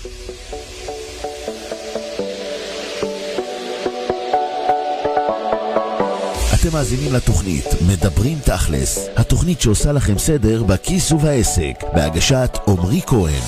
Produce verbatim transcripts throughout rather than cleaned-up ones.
אתם מאזינים לתוכנית מדברים תכלס, התוכנית שעושה לכם סדר בכיס ובעסק, בהגשת עומרי כהן.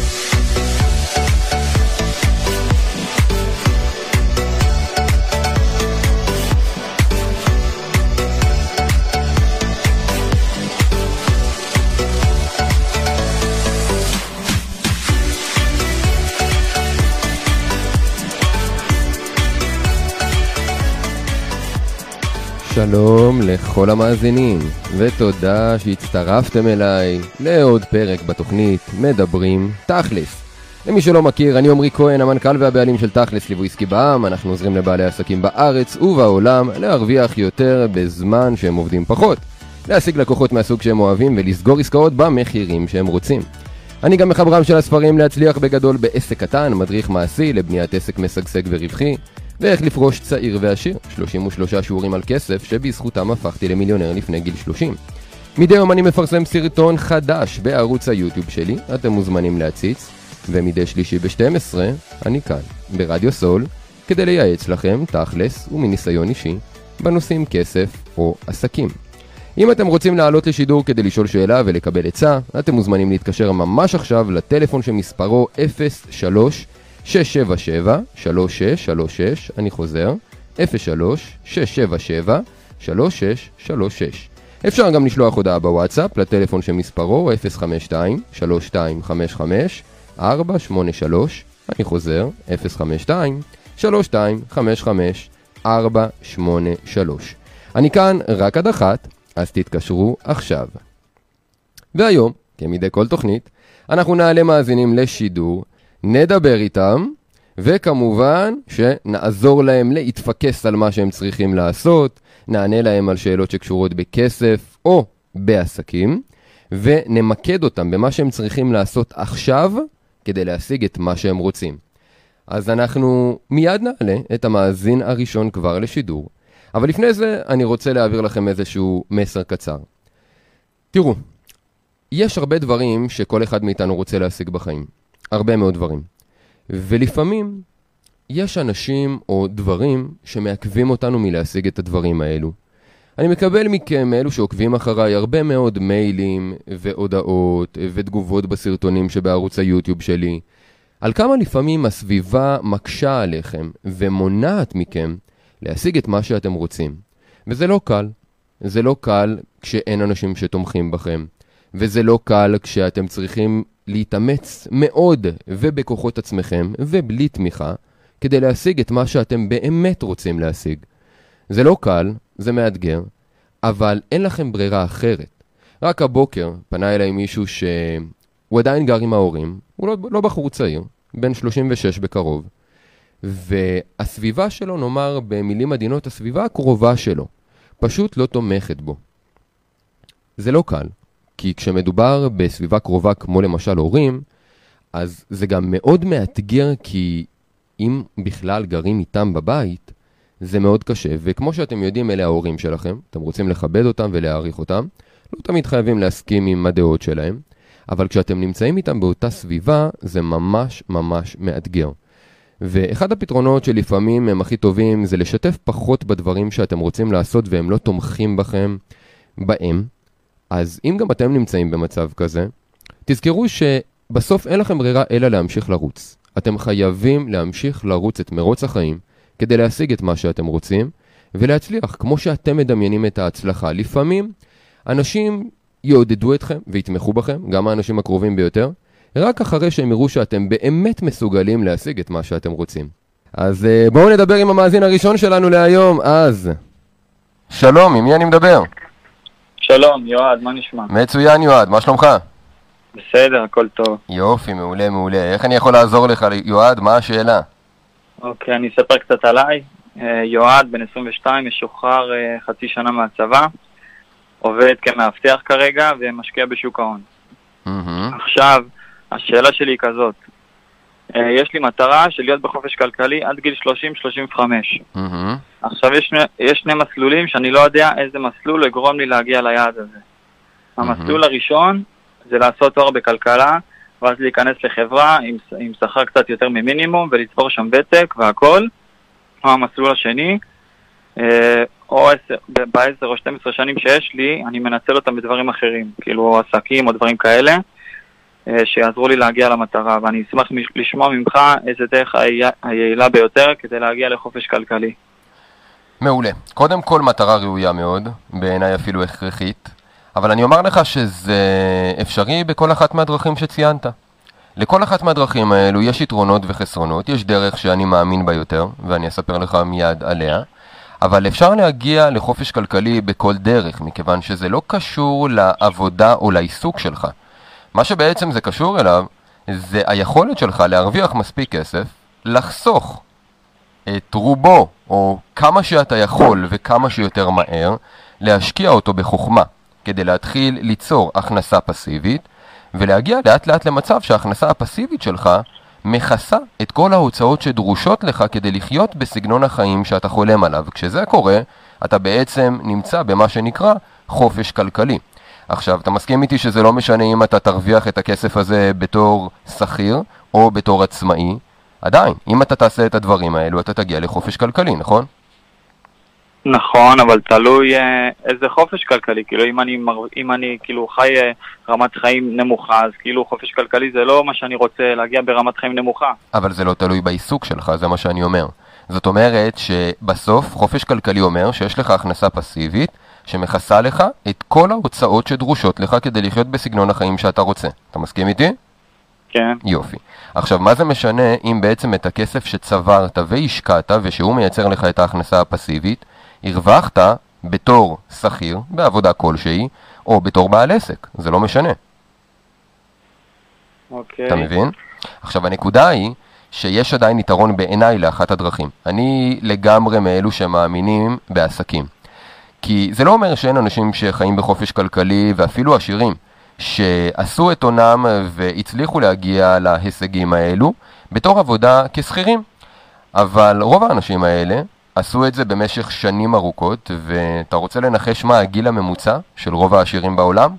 שלום לכל המאזינים, ותודה שהצטרפתם אליי לעוד פרק בתוכנית מדברים תכלס. למי שלא מכיר, אני עומרי כהן, המנכ"ל והבעלים של תכלס ליווי עסקי בע"מ. אנחנו עוזרים לבעלי עסקים בארץ ובעולם להרוויח יותר בזמן שהם עובדים פחות, להשיג לקוחות מהסוג שהם אוהבים ולסגור עסקאות במחירים שהם רוצים. אני גם מחברם של הספרים להצליח בגדול בעסק קטן, מדריך מעשי לבניית עסק משגשג ורווחי, ואיך לפרוש צעיר ועשיר, שלושים ושלושה שיעורים על כסף שבזכותם הפכתי למיליונר לפני גיל שלושים. מדי יום אני מפרסם סרטון חדש בערוץ היוטיוב שלי, אתם מוזמנים להציץ, ומדי שלישי ב-שתים עשרה אני כאן, ברדיו סול, כדי לייעץ לכם תכלס ומניסיון אישי בנושאים כסף או עסקים. אם אתם רוצים לעלות לשידור כדי לשאול שאלה ולקבל עצה, אתם מוזמנים להתקשר ממש עכשיו לטלפון שמספרו אפס שלוש שש שבע שבע שלוש שש שלוש שש, אני חוזר, אפס שלוש שש שבע שבע שלוש שש שלוש שש. אפשר גם לשלוח הודעה בוואטסאפ לטלפון שמספרו אפס חמש שתיים שלוש שתיים חמש חמש ארבע שמונה שלוש, אני חוזר, אפס חמש שתיים שלוש שתיים חמש חמש ארבע שמונה שלוש. אני כאן רק עד אחת, אז תתקשרו עכשיו. והיום, כמדי כל תוכנית, אנחנו נעלה מאזינים לשידור, נדבר איתם, וכמובן שנעזור להם להתפקס על מה שהם צריכים לעשות, נענה להם על שאלות שקשורות בכסף או בעסקים, ונמקד אותם במה שהם צריכים לעשות עכשיו כדי להשיג את מה שהם רוצים. אז אנחנו מיד נעלה את המאזין הראשון כבר לשידור, אבל לפני זה אני רוצה להעביר לכם איזשהו מסר קצר. תראו, יש הרבה דברים שכל אחד מאיתנו רוצה להשיג בחיים. הרבה מאוד דברים. ולפעמים יש אנשים או דברים שמעכבים אותנו מלהשיג את הדברים האלו. אני מקבל מכם, אלו שעוקבים אחריי, הרבה מאוד מיילים והודעות ותגובות בסרטונים שבערוץ היוטיוב שלי, על כמה לפעמים הסביבה מקשה עליכם ומונעת מכם להשיג את מה שאתם רוצים. וזה לא קל. זה לא קל כשאין אנשים שתומכים בכם. וזה לא קל כשאתם צריכים להתאמץ מאוד ובכוחות עצמכם ובלי תמיכה כדי להשיג את מה שאתם באמת רוצים להשיג. זה לא קל, זה מאתגר, אבל אין לכם ברירה אחרת. רק הבוקר פנה אליי מישהו שהוא עדיין גר עם ההורים, הוא לא, לא בחור צעיר, בן שלושים ושש בקרוב, והסביבה שלו, נאמר במילים עדינות, הסביבה הקרובה שלו, פשוט לא תומכת בו. זה לא קל. כי כשמדובר בסביבה קרובה כמו למשל הורים, אז זה גם מאוד מאתגר, כי אם בכלל גרים איתם בבית, זה מאוד קשה. וכמו שאתם יודעים, אלה ההורים שלכם, אתם רוצים לכבד אותם ולהעריך אותם, לא תמיד חייבים להסכים עם הדעות שלהם, אבל כשאתם נמצאים איתם באותה סביבה, זה ממש ממש מאתגר. ואחד הפתרונות שלפעמים הם הכי טובים, זה לשתף פחות בדברים שאתם רוצים לעשות והם לא תומכים בכם בהם. אז אם גם אתם נמצאים במצב כזה, תזכרו שבסוף אין לכם ברירה אלא להמשיך לרוץ. אתם חייבים להמשיך לרוץ את מרוץ החיים כדי להשיג את מה שאתם רוצים ולהצליח כמו שאתם מדמיינים את ההצלחה. לפעמים אנשים יעודדו אתכם ויתמכו בכם, גם האנשים הקרובים ביותר, רק אחרי שהם יראו שאתם באמת מסוגלים להשיג את מה שאתם רוצים. אז בואו נדבר עם המאזין הראשון שלנו להיום. אז שלום, עם מי אני מדבר? שלום, יועד, מה נשמע? מצוין יועד, מה שלומך? בסדר, הכל טוב. יופי, מעולה, מעולה. איך אני יכול לעזור לך, יועד? מה השאלה? אוקיי, אני אספר קצת עליי. יועד, בן עשרים ושתיים, משוחרר חצי שנה מהצבא, עובד כמאבטח כרגע ומשקיע בשוק ההון. Mm-hmm. עכשיו, השאלה שלי היא כזאת. יש לי מטרה של להיות בחופש כלכלי עד גיל שלושים שלושים וחמש. Mm-hmm. עכשיו יש, יש שני מסלולים שאני לא יודע איזה מסלול יגרום לי להגיע ליעד הזה. המסלול mm-hmm. הראשון זה לעשות תואר בכלכלה ואז להיכנס לחברה עם, עם שכר קצת יותר ממינימום, ולצבור שם ותק והכל, או המסלול השני, או ב-עשר או שתים עשרה שנים שיש לי, אני מנצל אותם בדברים אחרים, כאילו עסקים או דברים כאלה, שיעזרו לי להגיע למטרה, ואני אשמח לשמוע ממך איזה דרך היעילה ביותר כדי להגיע לחופש כלכלי. מעולה. קודם כל מטרה ראויה מאוד, בעיניי אפילו הכרחית, אבל אני אומר לך שזה אפשרי בכל אחת מהדרכים שציינת. לכל אחת מהדרכים האלו יש יתרונות וחסרונות, יש דרך שאני מאמין בה יותר, ואני אספר לך מיד עליה, אבל אפשר להגיע לחופש כלכלי בכל דרך, מכיוון שזה לא קשור לעבודה או לעיסוק שלך. מה שבעצם זה קשור אליו, זה היכולת שלך להרוויח מספיק כסף, לחסוך את רובו, או כמה שאתה יכול וכמה שיותר מהר, להשקיע אותו בחוכמה, כדי להתחיל ליצור הכנסה פסיבית, ולהגיע לאט לאט למצב שההכנסה הפסיבית שלך מכסה את כל ההוצאות שדרושות לך כדי לחיות בסגנון החיים שאתה חולם עליו. כשזה קורה, אתה בעצם נמצא במה שנקרא חופש כלכלי. עכשיו, אתה מסכים איתי שזה לא משנה אם אתה תרוויח את הכסף הזה בתור שכיר או בתור עצמאי. עדיין, אם אתה תעשה את הדברים האלו, אתה תגיע לחופש כלכלי, נכון? נכון, אבל תלוי איזה חופש כלכלי. כאילו, אם אני, אם אני כאילו חי רמת חיים נמוכה, אז כאילו חופש כלכלי זה לא מה שאני רוצה להגיע ברמת חיים נמוכה. אבל זה לא תלוי בעיסוק שלך, זה מה שאני אומר. זאת אומרת שבסוף חופש כלכלי אומר שיש לך הכנסה פסיבית שמכסה לך את כל ההוצאות שדרושות לך כדי לחיות בסגנון החיים שאתה רוצה. אתה מסכים איתי? כן. יופי. עכשיו, מה זה משנה אם בעצם את הכסף שצברת והשקעת ושהוא מייצר לך את ההכנסה הפסיבית, הרווחת בתור שכיר, בעבודה כלשהי, או בתור בעל עסק? זה לא משנה. אוקיי. אתה מבין? עכשיו, הנקודה היא שיש עדיין יתרון בעיניי לאחת הדרכים. אני לגמרי מאלו שמאמינים בעסקים. כי זה לא אומר שאין אנשים שחיים בחופש כלכלי ואפילו עשירים, שעשו את עונם והצליחו להגיע להישגים האלו בתור עבודה כשכירים. אבל רוב האנשים האלה עשו את זה במשך שנים ארוכות, ואתה רוצה לנחש מה הגיל הממוצע של רוב העשירים בעולם?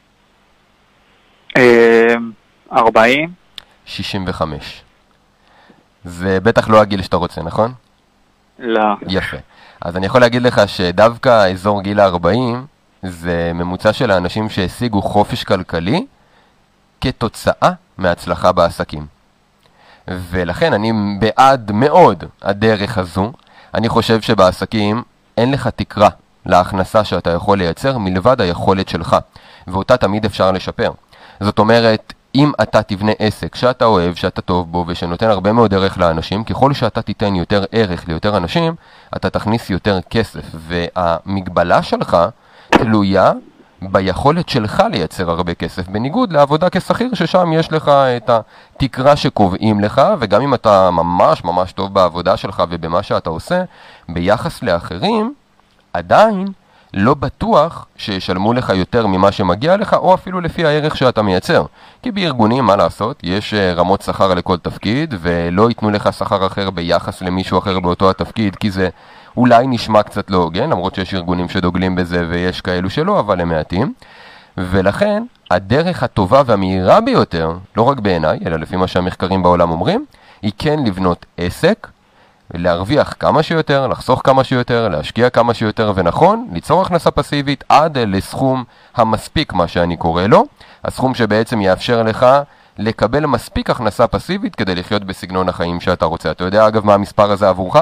ארבעים? שישים וחמש. זה בטח לא הגיל שאתה רוצה, נכון? לא. יפה. אז אני יכול להגיד לך שדווקא אזור גיל ה-ארבעים זה ממוצע של האנשים שהשיגו חופש כלכלי כתוצאה מהצלחה בעסקים. ולכן אני בעד מאוד הדרך הזו. אני חושב שבעסקים אין לך תקרה להכנסה שאתה יכול לייצר מלבד היכולת שלך, ואותה תמיד אפשר לשפר. זאת אומרת, אם אתה תבנה עסק שאתה אוהב, שאתה טוב בו ושנותן הרבה מאוד ערך לאנשים, ככל שאתה תיתן יותר ערך ליותר אנשים, אתה תכניס יותר כסף, והמגבלה שלך תלויה ביכולת שלך לייצר הרבה כסף, בניגוד לעבודה כשכיר ששם יש לך את התקרה שקובעים לך, וגם אם אתה ממש ממש טוב בעבודה שלך ובמה שאתה עושה, ביחס לאחרים, עדיין לא בטוח שישלמו לך יותר ממה שמגיע לך, או אפילו לפי הערך שאתה מייצר. כי בארגונים, מה לעשות, יש רמות שכר לכל תפקיד, ולא ייתנו לך שכר אחר ביחס למישהו אחר באותו התפקיד, כי זה אולי נשמע קצת לא הוגן, למרות שיש ארגונים שדוגלים בזה ויש כאלו שלא, אבל הם מעטים. ולכן, הדרך הטובה והמהירה ביותר, לא רק בעיניי, אלא לפי מה שהמחקרים בעולם אומרים, היא כן לבנות עסק, להרוויח כמה שיותר, לחסוך כמה שיותר, להשקיע כמה שיותר, ונכון, ליצור הכנסה פסיבית עד לסכום המספיק, מה שאני קורא לו, הסכום שבעצם יאפשר לך לקבל מספיק הכנסה פסיבית כדי לחיות בסגנון החיים שאתה רוצה. אתה יודע אגב מה המספר הזה עבורך?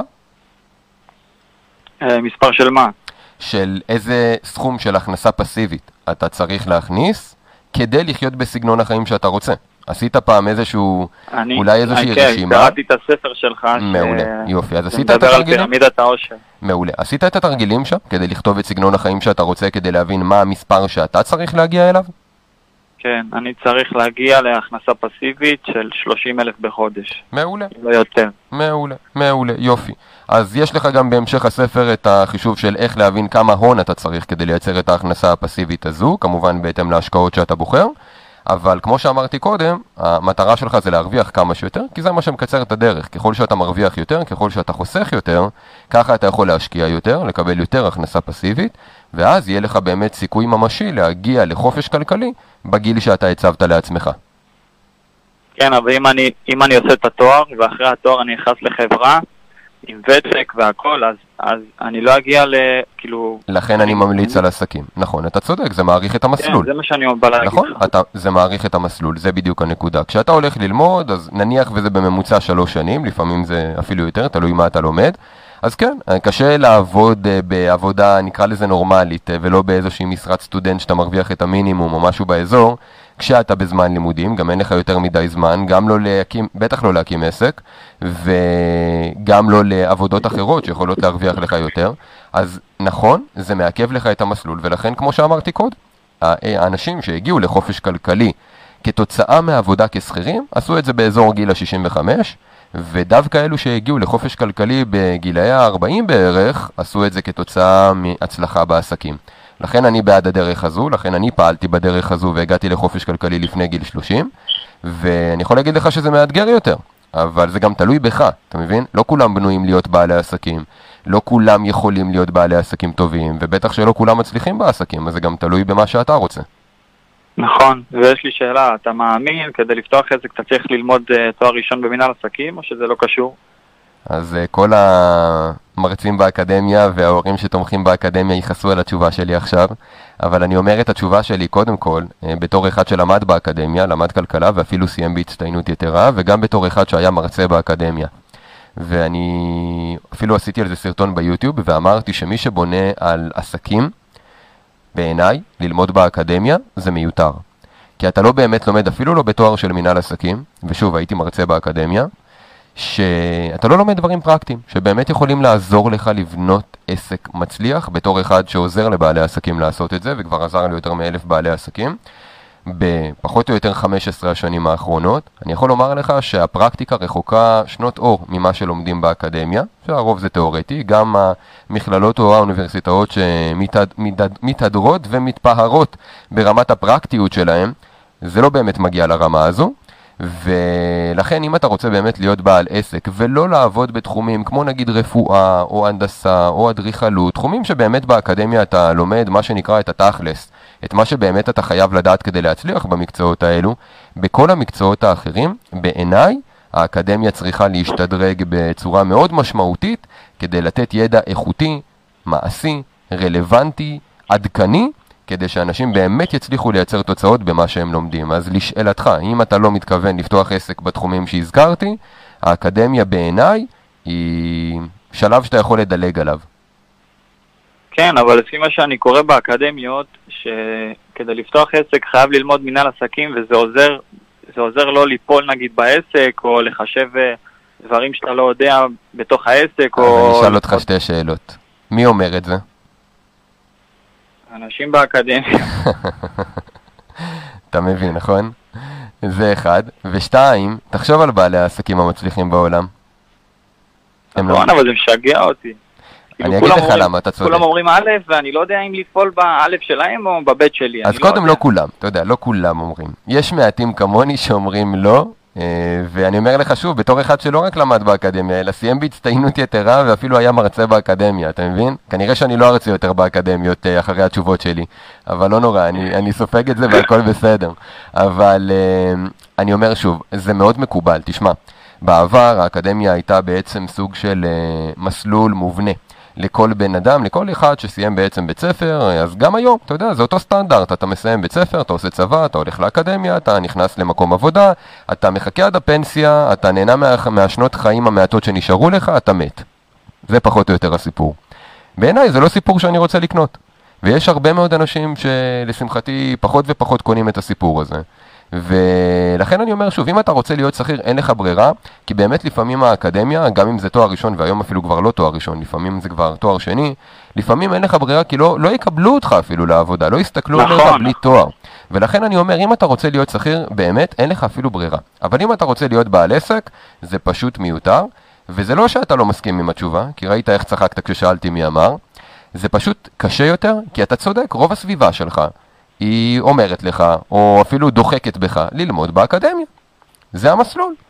מספר של מה? של איזה סכום של הכנסה פסיבית אתה צריך להכניס כדי לחיות בסגנון החיים שאתה רוצה. עשית פעם איזשהו, אני, אולי איזושהי okay, רשימה? קראתי את הספר שלך. מעולה, ש... יופי. אז עשית את מדבר התרגילים? על פירמידת העושר. מעולה. עשית את התרגילים שם כדי לכתוב את סגנון החיים שאתה רוצה, כדי להבין מה המספר שאתה צריך להגיע אליו? כן, אני צריך להגיע להכנסה פסיבית של שלושים אלף בחודש. מעולה. לא יותר. מעולה, מעולה, יופי. אז יש לך גם בהמשך הספר את החישוב של איך להבין כמה הון אתה צריך כדי לייצר את ההכנסה הפסיבית הזו, כמובן בהתאם להשקעות שאתה בוחר. אבל כמו שאמרתי קודם, המטרה שלך זה להרוויח כמה שיותר, כי זה מה שמקצר את הדרך. ככל שאתה מרוויח יותר, ככל שאתה חוסך יותר, ככה אתה יכול להשקיע יותר, לקבל יותר הכנסה פסיבית, ואז יהיה לך באמת סיכוי ממשי להגיע לחופש כלכלי בגיל שאתה הצבת לעצמך. כן, אבל אם אני, אם אני עושה את התואר, ואחרי התואר אני נכנס לחברה, עם ותק והכל, אז, אז אני לא אגיע ל... כאילו... לכן אני ממליץ על עסקים. נכון, אתה צודק, זה מעריך את המסלול. כן, זה מה שאני בא להגיד. נכון, אתה, זה מעריך את המסלול, זה בדיוק הנקודה. כשאתה הולך ללמוד, אז נניח וזה בממוצע שלוש שנים, לפעמים זה אפילו יותר, תלוי מה אתה לומד. אז כן, קשה לעבוד בעבודה, נקרא לזה נורמלית, ולא באיזושהי משרת סטודנט שאתה מרוויח את המינימום או משהו באזור, כשאתה בזמן לימודים, גם אין לך יותר מדי זמן, גם לא להקים, בטח לא להקים עסק, וגם לא לעבודות אחרות שיכולות להרוויח לך יותר. אז נכון, זה מעכב לך את המסלול, ולכן כמו שאמרתי קודם, האנשים שהגיעו לחופש כלכלי כתוצאה מעבודה כסחירים, עשו את זה באזור גיל ה-שישים וחמש, ודווקא אלו שהגיעו לחופש כלכלי בגילאי ה-ארבעים בערך, עשו את זה כתוצאה מהצלחה בעסקים. לכן אני בעד הדרך הזו, לכן אני פעלתי בדרך הזו והגעתי לחופש כלכלי לפני גיל שלושים, ואני יכול להגיד לך שזה מאתגר יותר, אבל זה גם תלוי בך, אתה מבין? לא כולם בנויים להיות בעלי עסקים, לא כולם יכולים להיות בעלי עסקים טובים, ובטח שלא כולם מצליחים בעסקים, אז זה גם תלוי במה שאתה רוצה. נכון, ויש לי שאלה, אתה מאמין, כדי לפתוח עסק אתה צריך ללמוד uh, תואר ראשון במנהל עסקים, או שזה לא קשור? אז uh, כל המרצים באקדמיה וההורים שתומכים באקדמיה ייחסו על התשובה שלי עכשיו, אבל אני אומר את התשובה שלי קודם כל, uh, בתור אחד שלמד באקדמיה, למד כלכלה ואפילו סיים בהצטיינות יתרה, וגם בתור אחד שהיה מרצה באקדמיה. ואני אפילו עשיתי על זה סרטון ביוטיוב, ואמרתי שמי שבונה על עסקים, בעיניי, ללמוד באקדמיה זה מיותר. כי אתה לא באמת לומד, אפילו לא בתואר של מנהל עסקים, ושוב, הייתי מרצה באקדמיה, שאתה לא לומד דברים פרקטיים, שבאמת יכולים לעזור לך לבנות עסק מצליח, בתור אחד שעוזר לבעלי עסקים לעשות את זה, וכבר עזר לי יותר מאלף בעלי עסקים, בפחות או יותר חמש עשרה השנים האחרונות. אני יכול לומר לך שהפרקטיקה רחוקה שנות אור ממה שלומדים באקדמיה, שהרוב זה תיאורטי, גם המכללות או האוניברסיטאות שמתהדרות ומתפארות ברמת הפרקטיות שלהם, זה לא באמת מגיע לרמה הזו. ולכן אם אתה רוצה באמת להיות בעל עסק ולא לעבוד בתחומים כמו נגיד רפואה או הנדסה או אדריכלות, תחומים שבאמת באקדמיה אתה לומד מה שנקרא את התכלס, את מה שבאמת אתה חייב לדעת כדי להצליח במקצועות האלו, בכל המקצועות האחרים, בעיניי, האקדמיה צריכה להשתדרג בצורה מאוד משמעותית כדי לתת ידע איכותי, מעשי, רלוונטי, עדכני, כדי שאנשים באמת יצליחו לייצר תוצאות במה שהם לומדים. אז לשאלתך, אם אתה לא מתכוון לפתוח עסק בתחומים שהזכרתי, האקדמיה בעיניי היא שלב שאתה יכול לדלג עליו. כן, אבל לפי מה שאני קורא באקדמיות, שכדי לפתוח עסק חייב ללמוד מנהל עסקים, וזה עוזר, זה עוזר לא ליפול נגיד בעסק, או לחשב דברים שאתה לא יודע בתוך העסק, או... אני אשאל אותך שתי שאלות. מי אומר את זה? אנשים באקדמיה. אתה מבין, נכון? זה אחד. ושתיים, תחשוב על בעלי העסקים המצליחים בעולם. נכון, אבל זה משגע אותי. אני אגיד לך למה, אתה צודק. כולם אומרים א', ואני לא יודע אם לפעול באלף שלהם או בבית שלי. אז קודם לא כולם, אתה יודע, לא כולם אומרים. יש מעטים כמוני שאומרים לא, ואני אומר לך שוב, בתור אחד שלא רק למד באקדמיה, אלא סיים בהצטיינות יתרה ואפילו היה מרצה באקדמיה, אתה מבין? כנראה שאני לא ארצה יותר באקדמיות אחרי התשובות שלי, אבל לא נורא, אני, אני סופג את זה והכל בסדר. אבל אני אומר שוב, זה מאוד מקובל, תשמע, בעבר האקדמיה הייתה בעצם סוג של מסלול מובנה. לכל בן אדם, לכל אחד שסיים בעצם בית ספר, אז גם היום, אתה יודע, זה אותו סטנדרט, אתה מסיים בית ספר, אתה עושה צבא, אתה הולך לאקדמיה, אתה נכנס למקום עבודה, אתה מחכה עד הפנסיה, אתה נהנה מה, מהשנות חיים המעטות שנשארו לך, אתה מת. זה פחות או יותר הסיפור. בעיניי זה לא סיפור שאני רוצה לקנות. ויש הרבה מאוד אנשים שלשמחתי פחות ופחות קונים את הסיפור הזה. ולכן אני אומר שוב, אם אתה רוצה להיות שכיר אין לך ברירה, כי באמת לפעמים האקדמיה, גם אם זה תואר ראשון והיום אפילו כבר לא תואר ראשון, לפעמים זה כבר תואר שני, לפעמים אין לך ברירה כי לא, לא יקבלו אותך אפילו לעבודה, לא יסתכלו נכון. עליך בלי תואר. ולכן אני אומר, אם אתה רוצה להיות שכיר, באמת אין לך אפילו ברירה. אבל אם אתה רוצה להיות בעל עסק, זה פשוט מיותר, וזה לא שאתה לא מסכים עם התשובה, כי ראית איך צחקת כששאלתי מי אמר, זה פשוט קשה יותר, כי אתה צודק, רוב הסביבה שלך היא אומרת לך, או אפילו דוחקת בך, ללמוד באקדמיה. זה המסלול.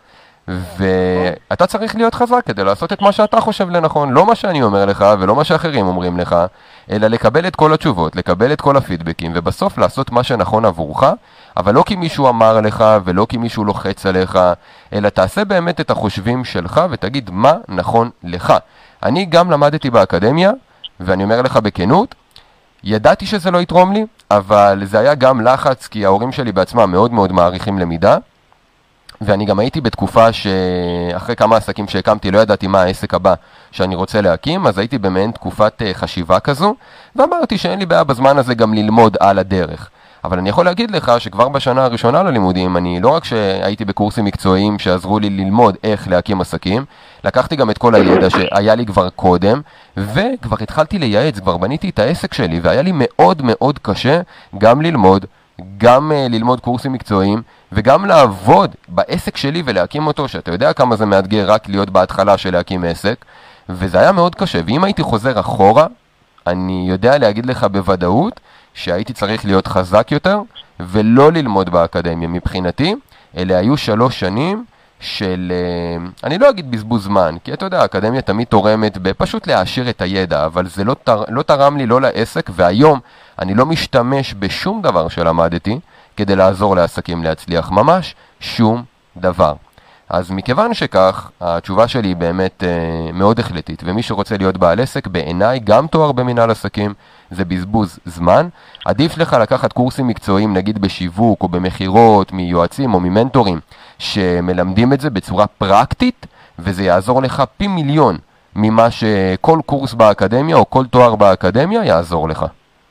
ואתה צריך להיות חזק כדי לעשות את מה שאתה חושב לנכון, לא מה שאני אומר לך ולא מה שאחרים אומרים לך, אלא לקבל את כל התשובות, לקבל את כל הפידבקים, ובסוף לעשות מה שנכון עבורך, אבל לא כי מישהו אמר לך ולא כי מישהו לוחץ עליך, אלא תעשה באמת את החושבים שלך ותגיד מה נכון לך. אני גם למדתי באקדמיה, ואני אומר לך בכנות, ידעתי שזה לא יתרום לי, אבל זה היה גם לחץ, כי ההורים שלי בעצמם מאוד מאוד מעריכים למידה, ואני גם הייתי בתקופה שאחרי כמה עסקים שהקמתי לא ידעתי מה העסק הבא שאני רוצה להקים, אז הייתי במעין תקופת חשיבה כזו, ואמרתי שאין לי בעיה בזמן הזה גם ללמוד על הדרך. אבל אני יכול להגיד לך שכבר בשנה הראשונה ללימודים, אני לא רק שהייתי בקורסים מקצועיים שעזרו לי ללמוד איך להקים עסקים, לקחתי גם את כל הידע שהיה לי כבר קודם, וכבר התחלתי לייעץ, כבר בניתי את העסק שלי, והיה לי מאוד מאוד קשה גם ללמוד, גם uh, ללמוד קורסים מקצועיים, וגם לעבוד בעסק שלי ולהקים אותו, שאתה יודע כמה זה מאתגר רק להיות בהתחלה של להקים עסק, וזה היה מאוד קשה. ואם הייתי חוזר אחורה, אני יודע להגיד לך בוודאות, שהייתי צריך להיות חזק יותר, ולא ללמוד באקדמיה מבחינתי. אלה היו שלוש שנים של, אני לא אגיד בזבוז זמן, כי אתה יודע, האקדמיה תמיד תורמת בפשוט להעשיר את הידע, אבל זה לא, תר, לא תרם לי לא לעסק, והיום אני לא משתמש בשום דבר שלמדתי, כדי לעזור לעסקים להצליח, ממש שום דבר. אז מכיוון שכך, התשובה שלי היא באמת אה, מאוד החלטית, ומי שרוצה להיות בעל עסק, בעיניי גם תואר במנהל עסקים, זה בזבוז זמן. עדיף לך לקחת קורסים מקצועיים, נגיד בשיווק או במחירות, מיועצים או ממנטורים, שמלמדים את זה בצורה פרקטית, וזה יעזור לך פי מיליון ממה שכל קורס באקדמיה או כל תואר באקדמיה יעזור לך.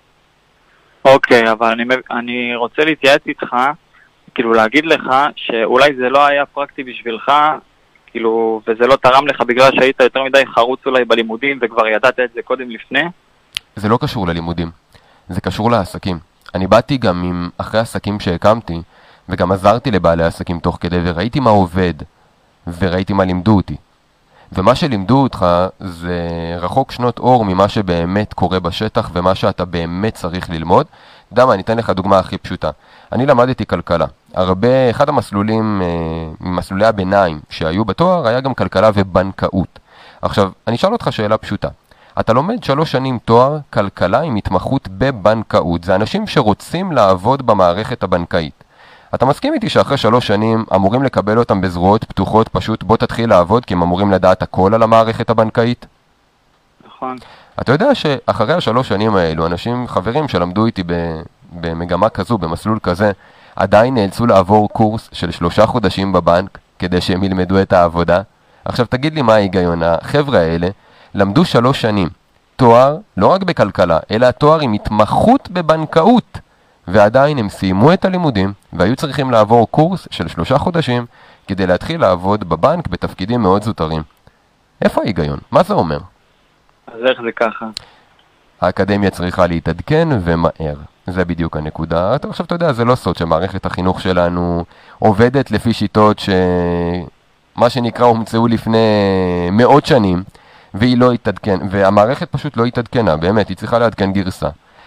אוקיי, אבל אני, אני רוצה להתייעץ איתך, כאילו להגיד לך שאולי זה לא היה פרקטי בשבילך, כאילו, וזה לא תרם לך בגלל שהיית יותר מדי חרוץ אולי בלימודים וכבר ידעת את זה קודם לפני? זה לא קשור ללימודים, זה קשור לעסקים. אני באתי גם עם אחרי עסקים שהקמתי, וגם עזרתי לבעלי עסקים תוך כדי, וראיתי מה עובד, וראיתי מה לימדו אותי. ומה שלימדו אותך זה רחוק שנות אור ממה שבאמת קורה בשטח, ומה שאתה באמת צריך ללמוד. אתה יודע מה, אני אתן לך דוגמה הכי פשוטה. אני למדתי כלכלה. הרבה, אחד המסלולים, מסלולי הביניים שהיו בתואר, היה גם כלכלה ובנקאות. עכשיו, אני אשאל אותך שאלה פשוטה. אתה לומד שלוש שנים תואר כלכלה עם התמחות בבנקאות. זה אנשים שרוצים לעבוד במערכת הבנקאית. אתה מסכים איתי שאחרי שלוש שנים אמורים לקבל אותם בזרועות פתוחות, פשוט בוא תתחיל לעבוד, כי הם אמורים לדעת הכל על המערכת הבנקאית? נכון. אתה יודע שאחרי השלוש שנים האלו, אנשים, חברים שלמדו איתי במגמה כזו, במסלול כזה, עדיין נאלצו לעבור קורס של שלושה חודשים בבנק, כדי שהם ילמדו את העבודה. עכשיו תגיד לי מה ההיגיון, החבר'ה האלה למדו שלוש שנים, תואר לא רק בכלכלה, אלא תואר עם התמחות בבנקאות, ועדיין הם סיימו את הלימודים, והיו צריכים לעבור קורס של שלושה חודשים, כדי להתחיל לעבוד בבנק בתפקידים מאוד זוטרים. איפה ההיגיון? מה זה אומר? אז איך זה ככה? האקדמיה צריכה להתעדכן ומהר. זה בדיוק הנקודה. אתה עכשיו, אתה יודע, זה לא סוד שמערכת החינוך שלנו עובדת לפי שיטות שמה שנקרא הומצאו לפני מאות שנים, והיא לא התעדכן, והמערכת פשוט לא התעדכנה, באמת, היא צריכה לעדכן גרסה.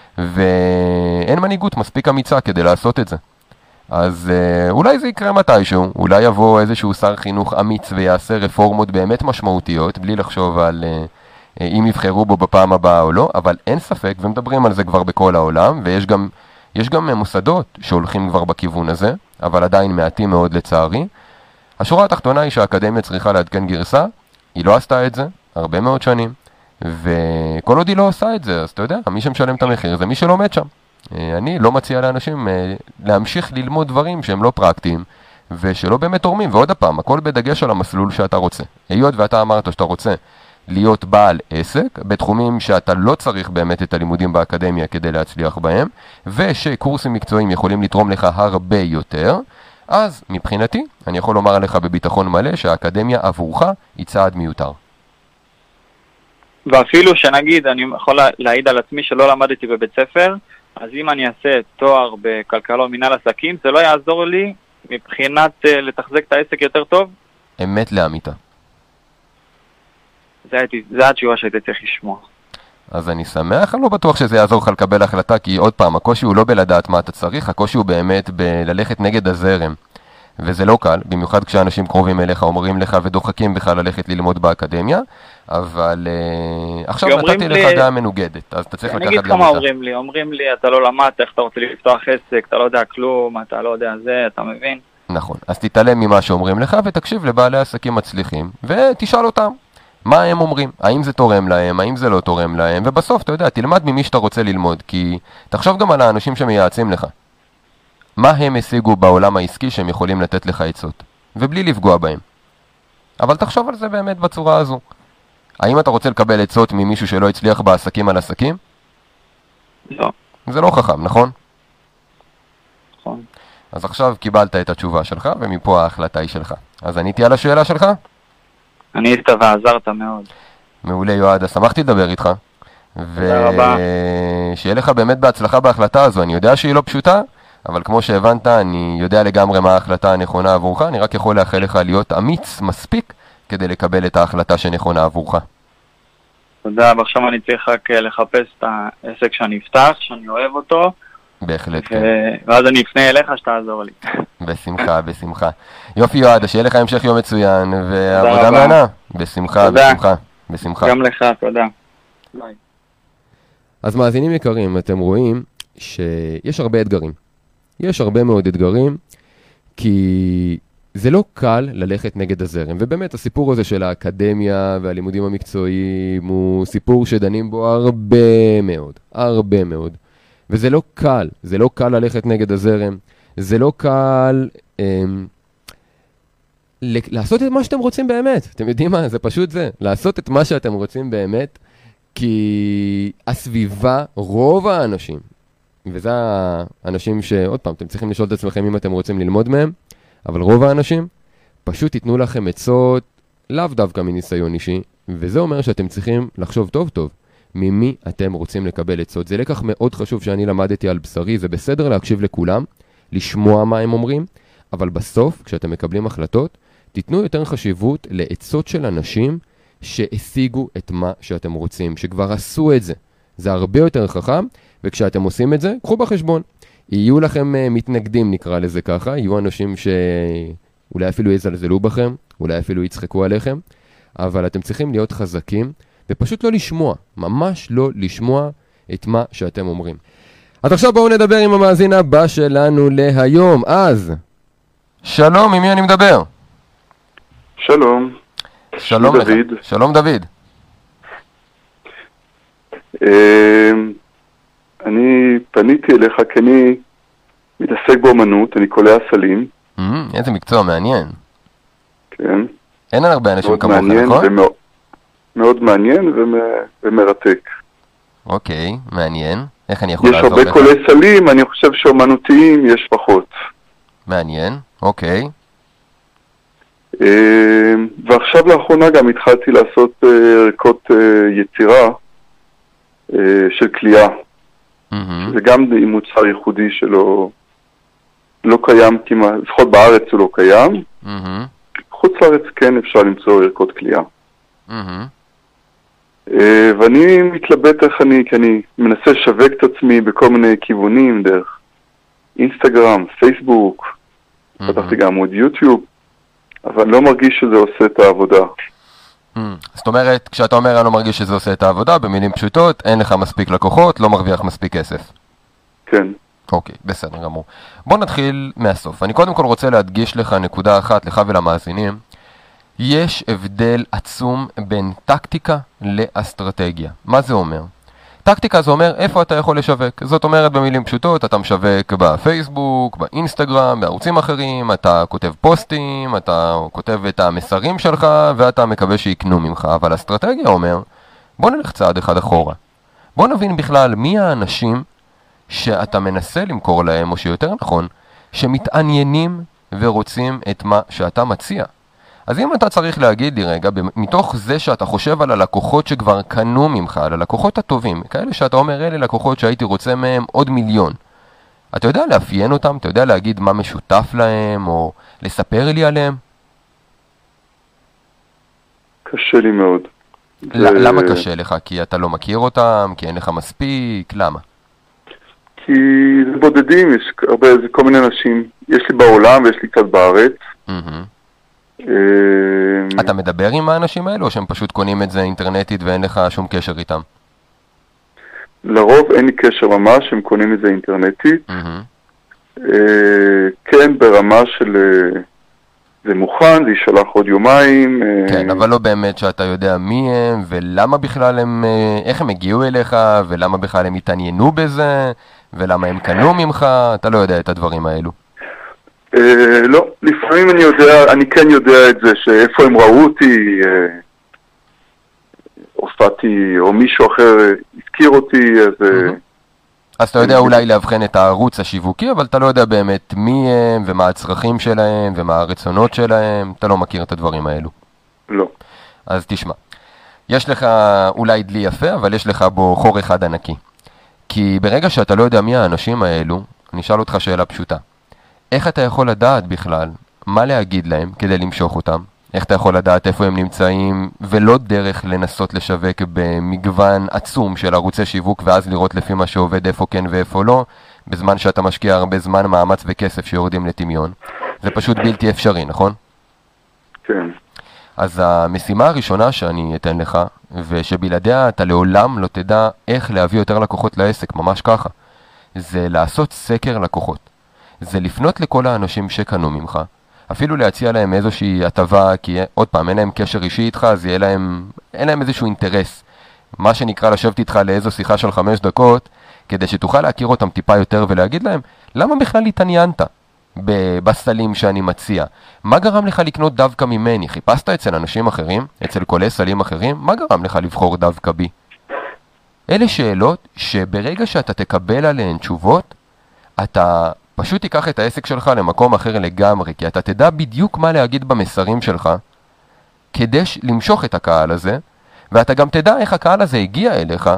ואין מנהיגות מספיק אמיצה כדי לעשות את זה. אז אה, אולי זה יקרה מתישהו, אולי יבוא איזשהו שר חינוך אמיץ ויעשה רפורמות באמת משמעותיות, בלי לחשוב על אה, אם יבחרו בו בפעם הבאה או לא, אבל אין ספק, ומדברים על זה כבר בכל העולם, ויש גם, יש גם מוסדות שהולכים כבר בכיוון הזה, אבל עדיין מעטים מאוד לצערי. השורה התחתונה היא שהאקדמיה צריכה לעדכן גרסה, היא לא עשתה את זה הרבה מאוד שנים, וכל עוד היא לא עושה את זה, אז אתה יודע, מי שמשלם את המחיר זה מי שלומד שם. אני לא מציע לאנשים להמשיך ללמוד דברים שהם לא פרקטיים, ושלא באמת תורמים, ועוד הפעם, הכל בדגש על המסלול שאתה רוצה. היות ואתה אמרת שאתה רוצה להיות בעל עסק, בתחומים שאתה לא צריך באמת את הלימודים באקדמיה כדי להצליח בהם, ושקורסים מקצועיים יכולים לתרום לך הרבה יותר, אז מבחינתי, אני יכול לומר לך בביטחון מלא שהאקדמיה עבורך היא צעד מיותר. ואפילו שנגיד, אני יכול להעיד על עצמי שלא למדתי בבית ספר, אז אם אני אעשה תואר בכלכלה או מנהל עסקים, זה לא יעזור לי מבחינת uh, לתחזק את העסק יותר טוב? אמת לאמיתה. זה, זה התשובה שהייתי צריך לשמוע. אז אני שמח, אני לא בטוח שזה יעזור לך לקבל החלטה, כי עוד פעם, הקושי הוא לא בלדעת מה אתה צריך, הקושי הוא באמת בללכת נגד הזרם. וזה לא קל, במיוחד כשאנשים קרובים אליך אומרים לך ודוחקים בך ללכת ללמוד באקדמיה, אבל uh, עכשיו נתתי לך דעה מנוגדת, אז אתה צריך לקחת גם אותה. אני אגיד לך מה אומרים לי, אומרים לי, אתה לא למדת, איך אתה רוצה לפתוח עסק, אתה לא יודע כלום, אתה לא יודע זה, אתה מבין? נכון, אז תתעלם ממה שאומרים לך ותקשיב לבעלי עסקים מצליחים, ותשאל אותם מה הם אומרים, האם זה תורם להם, האם זה לא תורם להם, ובסוף אתה יודע, תלמד ממי שאתה רוצה ללמוד, כי תחשוב גם על האנשים שמייעצים לך. מה הם השיגו בעולם העסקי שהם יכולים לתת לך עצות, ובלי לפגוע בהם. אבל תחשוב על זה באמת בצורה הזו. האם אתה רוצה לקבל עצות ממישהו שלא הצליח בעסקים על עסקים? לא. זה לא חכם, נכון? נכון. אז עכשיו קיבלת את התשובה שלך, ומפה ההחלטה היא שלך. אז עניתי על השאלה שלך? ענית ועזרת מאוד. מעולה יועד, שמחתי לדבר איתך. תודה רבה. ושיהיה לך באמת בהצלחה בהחלטה הזו. אני יודע שהיא לא פשוטה, אבל כמו שהבנת, אני יודע לגמרי מה ההחלטה הנכונה עבורך. אני רק יכול לאחל לך להיות אמיץ מספיק כדי לקבל את ההחלטה שנכונה עבורך. תודה, ועכשיו אני צריך רק לחפש את העסק שאני אפתח, שאני אוהב אותו. בהחלט, כן. ואז אני אפנה אליך שתעזור לי. בשמחה, בשמחה. יופי יועד, שיהיה לך המשך יום מצוין, ועבודה מענה. בשמחה, בשמחה, בשמחה. גם לך, תודה. ביי. אז מאזינים יקרים, אתם רואים שיש הרבה אתגרים. יש הרבה מאוד אתגרים, כי זה לא קל ללכת נגד הזרם. ובאמת הסיפור הזה של האקדמיה והלימודים המקצועיים הוא סיפור שדנים בו הרבה מאוד, הרבה מאוד. וזה לא קל, זה לא קל ללכת נגד הזרם, זה לא קל אמ, לעשות את מה שאתם רוצים באמת. אתם יודעים מה? זה פשוט זה, לעשות את מה שאתם רוצים באמת, כי הסביבה, רוב האנשים, וזה האנשים שעוד פעם, אתם צריכים לשאול את עצמכם אם אתם רוצים ללמוד מהם, אבל רוב האנשים פשוט ייתנו לכם עצות, לאו דווקא מניסיון אישי, וזה אומר שאתם צריכים לחשוב טוב טוב. ממי אתם רוצים לקבל עצות. זה לקח מאוד חשוב שאני למדתי על בשרי, זה בסדר להקשיב לכולם, לשמוע מה הם אומרים, אבל בסוף, כשאתם מקבלים החלטות, תיתנו יותר חשיבות לעצות של אנשים שהשיגו את מה שאתם רוצים, שכבר עשו את זה. זה הרבה יותר חכם, וכשאתם עושים את זה, קחו בחשבון. יהיו לכם uh, מתנגדים, נקרא לזה ככה, יהיו אנשים שאולי אפילו יזלזלו בכם, אולי אפילו יצחקו עליכם, אבל אתם צריכים להיות חזקים, ופשוט לא לשמוע, ממש לא לשמוע את מה שאתם אומרים. אז עכשיו בואו נדבר עם המאזין הבא שלנו להיום. אז, שלום, עם מי אני מדבר? שלום. שלום לך. דוד. שלום דוד. אני פניתי אליך כי אני מתעסק באומנות, אני קולע סלים. איזה מקצוע מעניין. כן. אין הרבה אנשים כמוך, נכון? ומאוד, מאוד מעניין ומרתק. אוקיי, מעניין. איך אני יכול לעזור לך? יש הרבה קולי סלים, אני חושב שאומנותיים יש פחות. מעניין, אוקיי. ועכשיו לאחרונה גם התחלתי לעשות ערכות יצירה של קליעה. זה גם מוצר ייחודי שלא לא קיים כמעט, לפחות בארץ הוא לא קיים. חוץ לארץ כן אפשר למצוא ערכות קליעה. ואני מתלבט איך אני, כי אני מנסה לשווק את עצמי בכל מיני כיוונים, דרך אינסטגרם, פייסבוק, פתחתי גם עוד יוטיוב, אבל לא מרגיש שזה עושה את העבודה. זאת אומרת, כשאתה אומר אני לא מרגיש שזה עושה את העבודה, במילים פשוטות, אין לך מספיק לקוחות, לא מרוויח מספיק כסף. כן. אוקיי, בסדר גמור. בוא נתחיל מהסוף. אני קודם כל רוצה להדגיש לך נקודה אחת, לך ולמאזינים. יש הבדל עצום בין טקטיקה לאסטרטגיה. מה זה אומר? טקטיקה זה אומר איפה אתה יכול לשווק. זאת אומרת במילים פשוטות, אתה משווק בפייסבוק, באינסטגרם, בערוצים אחרים, אתה כותב פוסטים, אתה כותב את המסרים שלך, ואתה מקווה שיקנו ממך. אבל אסטרטגיה אומר, בוא נלך צעד אחד אחורה. בוא נבין בכלל מי האנשים שאתה מנסה למכור להם, או שיותר נכון, שמתעניינים ורוצים את מה שאתה מציע. אז אם אתה צריך להגיד לי רגע, מתוך זה שאתה חושב על הלקוחות שכבר קנו ממך, על הלקוחות הטובים, כאלה שאתה אומר, אלה לקוחות שהייתי רוצה מהם עוד מיליון, אתה יודע לאפיין אותם? אתה יודע להגיד מה משותף להם, או לספר לי עליהם? קשה לי מאוד. למה קשה לך? כי אתה לא מכיר אותם? כי אין לך מספיק? למה? כי זה בודדים, יש הרבה, זה כל מיני אנשים. יש לי בעולם ויש לי קצת בארץ. אתה מדבר עם האנשים האלו, או שהם פשוט קונים את זה אינטרנטית ואין לך שום קשר איתם? לרוב אין לי קשר ממש, הם קונים את זה אינטרנטית. כן, ברמה של זה מוכן, זה יישלח עוד יומיים. כן, אבל לא באמת שאתה יודע מי הם, ולמה בכלל הם, איך הם הגיעו אליך, ולמה בכלל הם התעניינו בזה, ולמה הם קנו ממך, אתה לא יודע את הדברים האלו. לא, לפעמים אני יודע, אני כן יודע את זה, שאיפה הם ראו אותי, הופעתי, או מישהו אחר הזכיר אותי, אז... אז אתה יודע אולי להבחן את הערוץ השיווקי, אבל אתה לא יודע באמת מי הם, ומה הצרכים שלהם, ומה הרצונות שלהם, אתה לא מכיר את הדברים האלו. לא. אז תשמע, יש לך אולי דלי יפה, אבל יש לך בו חור אחד ענקי. כי ברגע שאתה לא יודע מי האנשים האלו, אני אשאל אותך שאלה פשוטה. איך אתה יכול לדעת בכלל מה להגיד להם כדי למשוך אותם? איך אתה יכול לדעת איפה הם נמצאים, ולא דרך לנסות לשווק במגוון עצום של ערוצי שיווק, ואז לראות לפי מה שעובד איפה כן ואיפה לא, בזמן שאתה משקיע הרבה זמן, מאמץ וכסף שיורדים לטמיון. זה פשוט בלתי אפשרי, נכון? כן. אז המשימה הראשונה שאני אתן לך, ושבלעדיה אתה לעולם לא תדע איך להביא יותר לקוחות לעסק, ממש ככה, זה לעשות סקר לקוחות. זה לפנות לכל האנשים שקנו ממך, אפילו להציע להם איזושהי הטבה, כי עוד פעם, אין להם קשר אישי איתך, אז יהיה להם, אין להם איזשהו אינטרס. מה שנקרא לשבת איתך לאיזו שיחה של חמש דקות, כדי שתוכל להכיר אותם טיפה יותר ולהגיד להם, למה בכלל התעניינת בסלים שאני מציע? מה גרם לך לקנות דווקא ממני? חיפשת אצל אנשים אחרים, אצל קולי סלים אחרים? מה גרם לך לבחור דווקא בי? אלה שאלות שברגע שאתה תקבל עליהן תשובות, אתה פשוט תיקח את העסק שלך למקום אחר לגמרי, כי אתה תדע בדיוק מה להגיד במסרים שלך, כדי למשוך את הקהל הזה, ואתה גם תדע איך הקהל הזה הגיע אליך,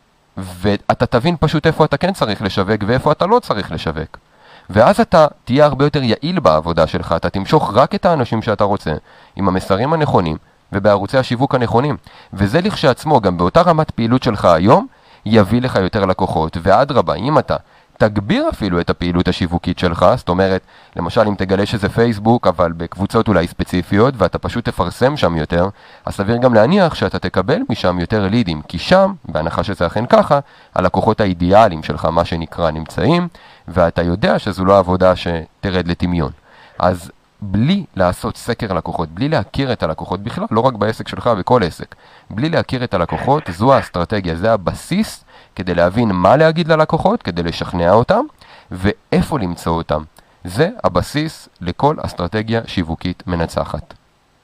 ואתה תבין פשוט איפה אתה כן צריך לשווק, ואיפה אתה לא צריך לשווק. ואז אתה תהיה הרבה יותר יעיל בעבודה שלך, אתה תמשוך רק את האנשים שאתה רוצה, עם המסרים הנכונים, ובערוצי השיווק הנכונים. וזה לכשעצמו, גם באותה רמת פעילות שלך היום, יביא לך יותר לקוחות. ועד רבה, אם אתה תגביר אפילו את הפעילות השיווקית שלך, זאת אומרת, למשל אם תגלה שזה פייסבוק, אבל בקבוצות אולי ספציפיות, ואתה פשוט תפרסם שם יותר, אז סביר גם להניח שאתה תקבל משם יותר לידים, כי שם, בהנחה שזה אכן ככה, הלקוחות האידיאליים שלך, מה שנקרא, נמצאים, ואתה יודע שזו לא עבודה שתרד לטמיון. אז בלי לעשות סקר לקוחות, בלי להכיר את הלקוחות בכלל, לא רק בעסק שלך, בכל עסק, בלי להכיר את הלקוחות, זו האסטרטגיה, זה הבסיס כדי להבין מה להגיד ללקוחות, כדי לשכנע אותם, ואיפה למצוא אותם. זה הבסיס לכל אסטרטגיה שיווקית מנצחת.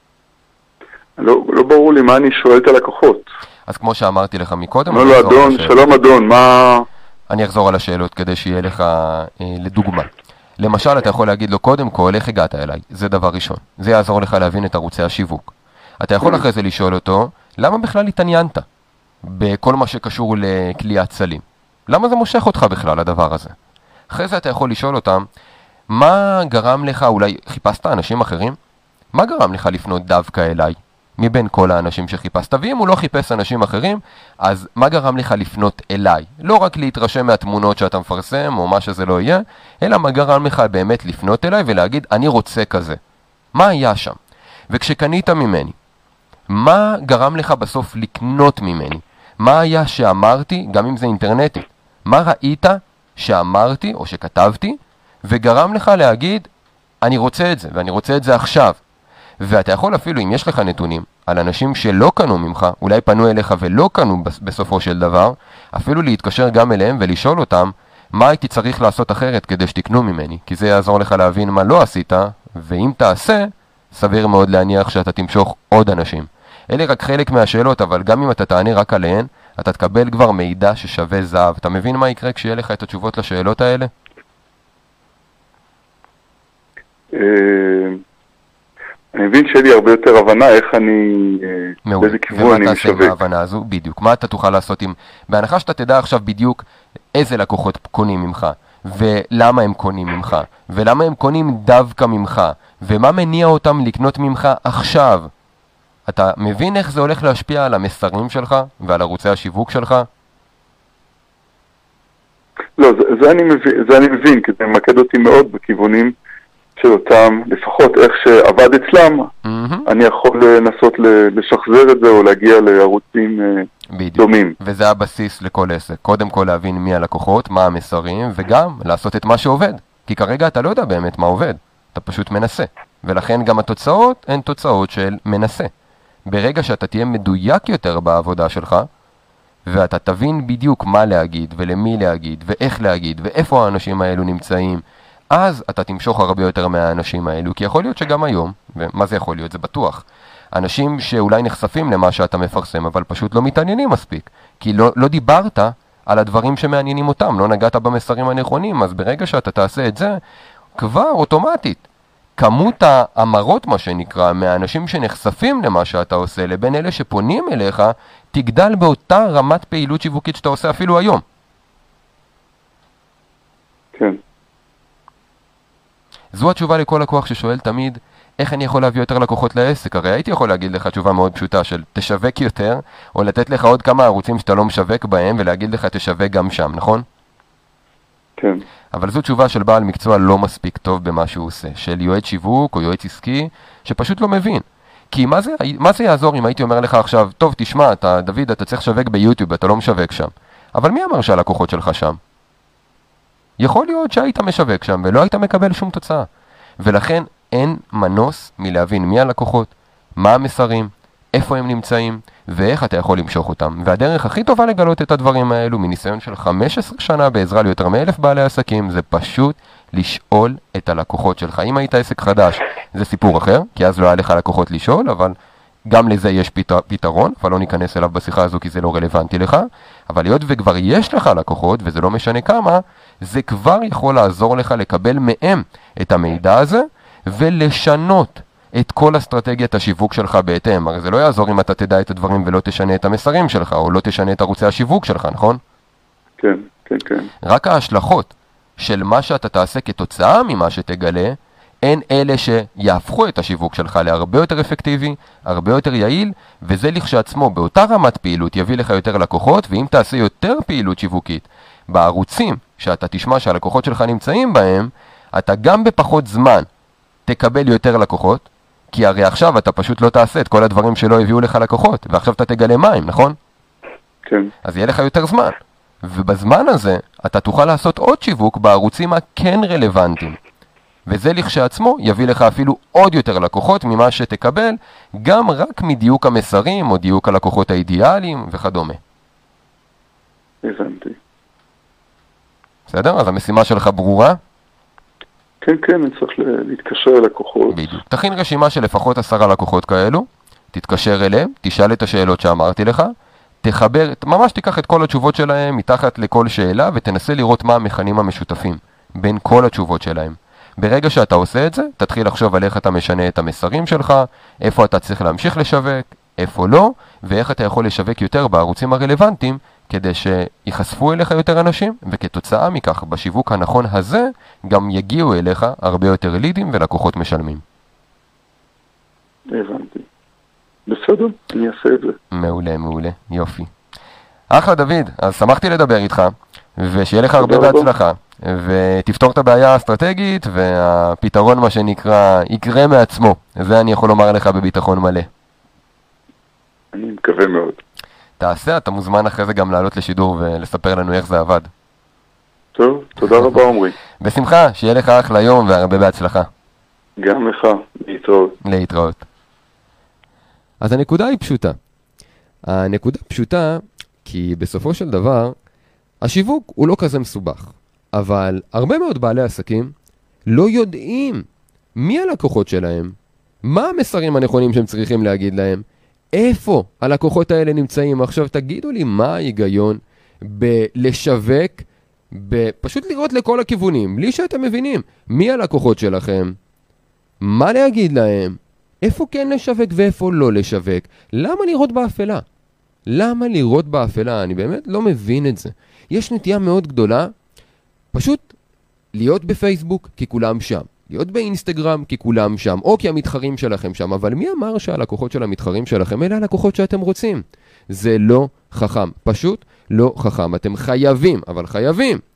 לא, לא ברור לי מה אני שואל את הלקוחות. אז כמו שאמרתי לך מקודם... לא, לא, אדון, שלום אדון, מה... אני אחזור על השאלות כדי שיהיה לך אה, לדוגמה. למשל, אתה יכול להגיד לו קודם כל, איך הגעת אליי? זה דבר ראשון. זה יעזור לך להבין את ערוצי השיווק. אתה יכול אחרי זה לשאול אותו, למה בכלל התעניינת בכל מה שקשור לקליית סלים? למה זה מושך אותך בכלל, הדבר הזה? אחרי זה אתה יכול לשאול אותם, מה גרם לך, אולי חיפשת אנשים אחרים? מה גרם לך לפנות דווקא אליי? מבין כל האנשים שחיפשת, ואם הוא לא חיפש אנשים אחרים, אז מה גרם לך לפנות אליי? לא רק להתרשם מהתמונות שאתה מפרסם, או מה שזה לא יהיה, אלא מה גרם לך באמת לפנות אליי ולהגיד, אני רוצה כזה. מה היה שם? וכשקנית ממני, מה גרם לך בסוף לקנות ממני? מה היה שאמרתי, גם אם זה אינטרנטי? מה ראית שאמרתי או שכתבתי, וגרם לך להגיד, אני רוצה את זה, ואני רוצה את זה עכשיו. ואתה יכול אפילו, אם יש לך נתונים על אנשים שלא קנו ממך, אולי פנו אליך ולא קנו בסופו של דבר, אפילו להתקשר גם אליהם ולשאול אותם, מה הייתי צריך לעשות אחרת כדי שתקנו ממני? כי זה יעזור לך להבין מה לא עשית, ואם תעשה, סביר מאוד להניח שאתה תמשוך עוד אנשים. אלה רק חלק מהשאלות, אבל גם אם אתה תענה רק עליהן, אתה תקבל כבר מידע ששווה זהב. אתה מבין מה יקרה כשיהיה לך את התשובות לשאלות האלה? אני מבין שיהיה לי הרבה יותר הבנה איך אני, באיזה כיוון אני משווק. ומה תעשה בהבנה הזו? בדיוק. מה אתה תוכל לעשות עם... בהנחה שאתה תדע עכשיו בדיוק איזה לקוחות קונים ממך, ולמה הם קונים ממך, ולמה הם קונים דווקא ממך, ומה מניע אותם לקנות ממך עכשיו. אתה מבין איך זה הולך להשפיע על המסרים שלך ועל ערוצי השיווק שלך? לא, זה, זה, אני מבין, זה אני מבין, כי זה ממקד אותי מאוד בכיוונים של אותם, לפחות איך שעבד אצלם, mm-hmm. אני יכול לנסות לשחזר את זה או להגיע לערוצים בדיוק. דומים. וזה הבסיס לכל עסק. קודם כל להבין מי הלקוחות, מה המסרים, וגם לעשות את מה שעובד. כי כרגע אתה לא יודע באמת מה עובד, אתה פשוט מנסה. ולכן גם התוצאות הן תוצאות של מנסה. ברגע שאתה תהיה מדויק יותר בעבודה שלך, ואתה תבין בדיוק מה להגיד ולמי להגיד ואיך להגיד ואיפה האנשים האלו נמצאים, אז אתה תמשוך הרבה יותר מהאנשים האלו, כי יכול להיות שגם היום, ומה זה יכול להיות? זה בטוח. אנשים שאולי נחשפים למה שאתה מפרסם, אבל פשוט לא מתעניינים מספיק, כי לא, לא דיברת על הדברים שמעניינים אותם, לא נגעת במסרים הנכונים, אז ברגע שאתה תעשה את זה, כבר אוטומטית, כמות האמרות מה שנקרא, מהאנשים שנחשפים למה שאתה עושה, לבין אלה שפונים אליך, תגדל באותה רמת פעילות שיווקית שאתה עושה אפילו היום. כן. זו התשובה לכל לקוח ששואל תמיד, איך אני יכול להביא יותר לקוחות לעסק? הרי הייתי יכול להגיד לך תשובה מאוד פשוטה של תשווק יותר, או לתת לך עוד כמה ערוצים שאתה לא משווק בהם, ולהגיד לך תשווק גם שם, נכון? כן. אבל זו תשובה של בעל מקצוע לא מספיק טוב במה שהוא עושה, של יועץ שיווק או יועץ עסקי, שפשוט לא מבין. כי מה זה, מה זה יעזור אם הייתי אומר לך עכשיו, טוב תשמע, אתה, דוד, אתה צריך לשווק ביוטיוב, אתה לא משווק שם. אבל מי אמר שהלקוחות שלך שם? יכול להיות שהיית משווק שם ולא היית מקבל שום תוצאה. ולכן אין מנוס מלהבין מי הלקוחות, מה המסרים, איפה הם נמצאים, ואיך אתה יכול למשוך אותם. והדרך הכי טובה לגלות את הדברים האלו, מניסיון של חמש עשרה שנה בעזרה ליותר מאלף בעלי עסקים, זה פשוט לשאול את הלקוחות שלך. אם היית עסק חדש, זה סיפור אחר, כי אז לא היה לך לקוחות לשאול, אבל גם לזה יש פתר, פתרון, אבל לא ניכנס אליו בשיחה הזו כי זה לא רלוונטי לך. אבל להיות וכבר יש לך לקוחות, וזה לא משנה כמה, זה כבר יכול לעזור לך לקבל מהם את המידע הזה, ולשנות את כל אסטרטגיית השיווק שלך בהתאם. הרי זה לא יעזור אם אתה תדע את הדברים ולא תשנה את המסרים שלך, או לא תשנה את ערוצי השיווק שלך, נכון? כן, כן, כן. רק ההשלכות של מה שאתה תעשה כתוצאה ממה שתגלה, הן אלה שיהפכו את השיווק שלך להרבה יותר אפקטיבי, הרבה יותר יעיל, וזה לכשעצמו באותה רמת פעילות יביא לך יותר לקוחות, ואם תעשה יותר פעילות שיווקית בערוצים שאתה תשמע שהלקוחות שלך נמצאים בהם, אתה גם בפחות זמן תקבל יותר לקוחות, כי הרי עכשיו אתה פשוט לא תעשה את כל הדברים שלא הביאו לך לקוחות, ועכשיו אתה תגלה מים, נכון? כן. אז יהיה לך יותר זמן. ובזמן הזה אתה תוכל לעשות עוד שיווק בערוצים הכן רלוונטיים. וזה לכשעצמו יביא לך אפילו עוד יותר לקוחות ממה שתקבל, גם רק מדיוק המסרים או דיוק הלקוחות האידיאליים וכדומה. הבנתי. בסדר? אז המשימה שלך ברורה? כן, כן, אני צריך להתקשר ללקוחות. בדיוק. תכין רשימה של לפחות עשרה לקוחות כאלו, תתקשר אליהם, תשאל את השאלות שאמרתי לך, תחבר, ממש תיקח את כל התשובות שלהם מתחת לכל שאלה, ותנסה לראות מה המכנים המשותפים בין כל התשובות שלהם. ברגע שאתה עושה את זה, תתחיל לחשוב על איך אתה משנה את המסרים שלך, איפה אתה צריך להמשיך לשווק, איפה לא, ואיך אתה יכול לשווק יותר בערוצים הרלוונטיים, כדי שיחשפו אליך יותר אנשים, וכתוצאה מכך, בשיווק הנכון הזה, גם יגיעו אליך הרבה יותר לידים ולקוחות משלמים. הבנתי. בסדר, אני אעשה את זה. מעולה, מעולה, יופי. אחלה דוד, אז שמחתי לדבר איתך, ושיהיה לך הרבה בהצלחה, ותפתור את הבעיה האסטרטגית, והפתרון מה שנקרא יקרה מעצמו. זה אני יכול לומר לך בביטחון מלא. אני מקווה מאוד. תעשה, אתה מוזמן אחרי זה גם לעלות לשידור ולספר לנו איך זה עבד. טוב, תודה רבה עומרי. בשמחה, שיהיה לך אחלה יום והרבה בהצלחה. גם לך, להתראות. להתראות. אז הנקודה היא פשוטה. הנקודה פשוטה כי בסופו של דבר, השיווק הוא לא כזה מסובך. אבל הרבה מאוד בעלי עסקים לא יודעים מי הלקוחות שלהם, מה המסרים הנכונים שהם צריכים להגיד להם, איפה הלקוחות האלה נמצאים. עכשיו תגידו לי מה ההיגיון בלשווק, פשוט לראות לכל הכיוונים, בלי שאתם מבינים מי הלקוחות שלכם, מה להגיד להם, איפה כן לשווק ואיפה לא לשווק. למה לראות באפלה? למה לראות באפלה? אני באמת לא מבין את זה. יש נטייה מאוד גדולה, פשוט להיות בפייסבוק כי כולם שם, להיות באינסטגרם כי כולם שם, או כי המתחרים שלכם שם. אבל מי אמר שהלקוחות של המתחרים שלכם אלה הלקוחות שאתם רוצים? זה לא חכם, פשוט לא חכם. אתם חייבים, אבל חייבים,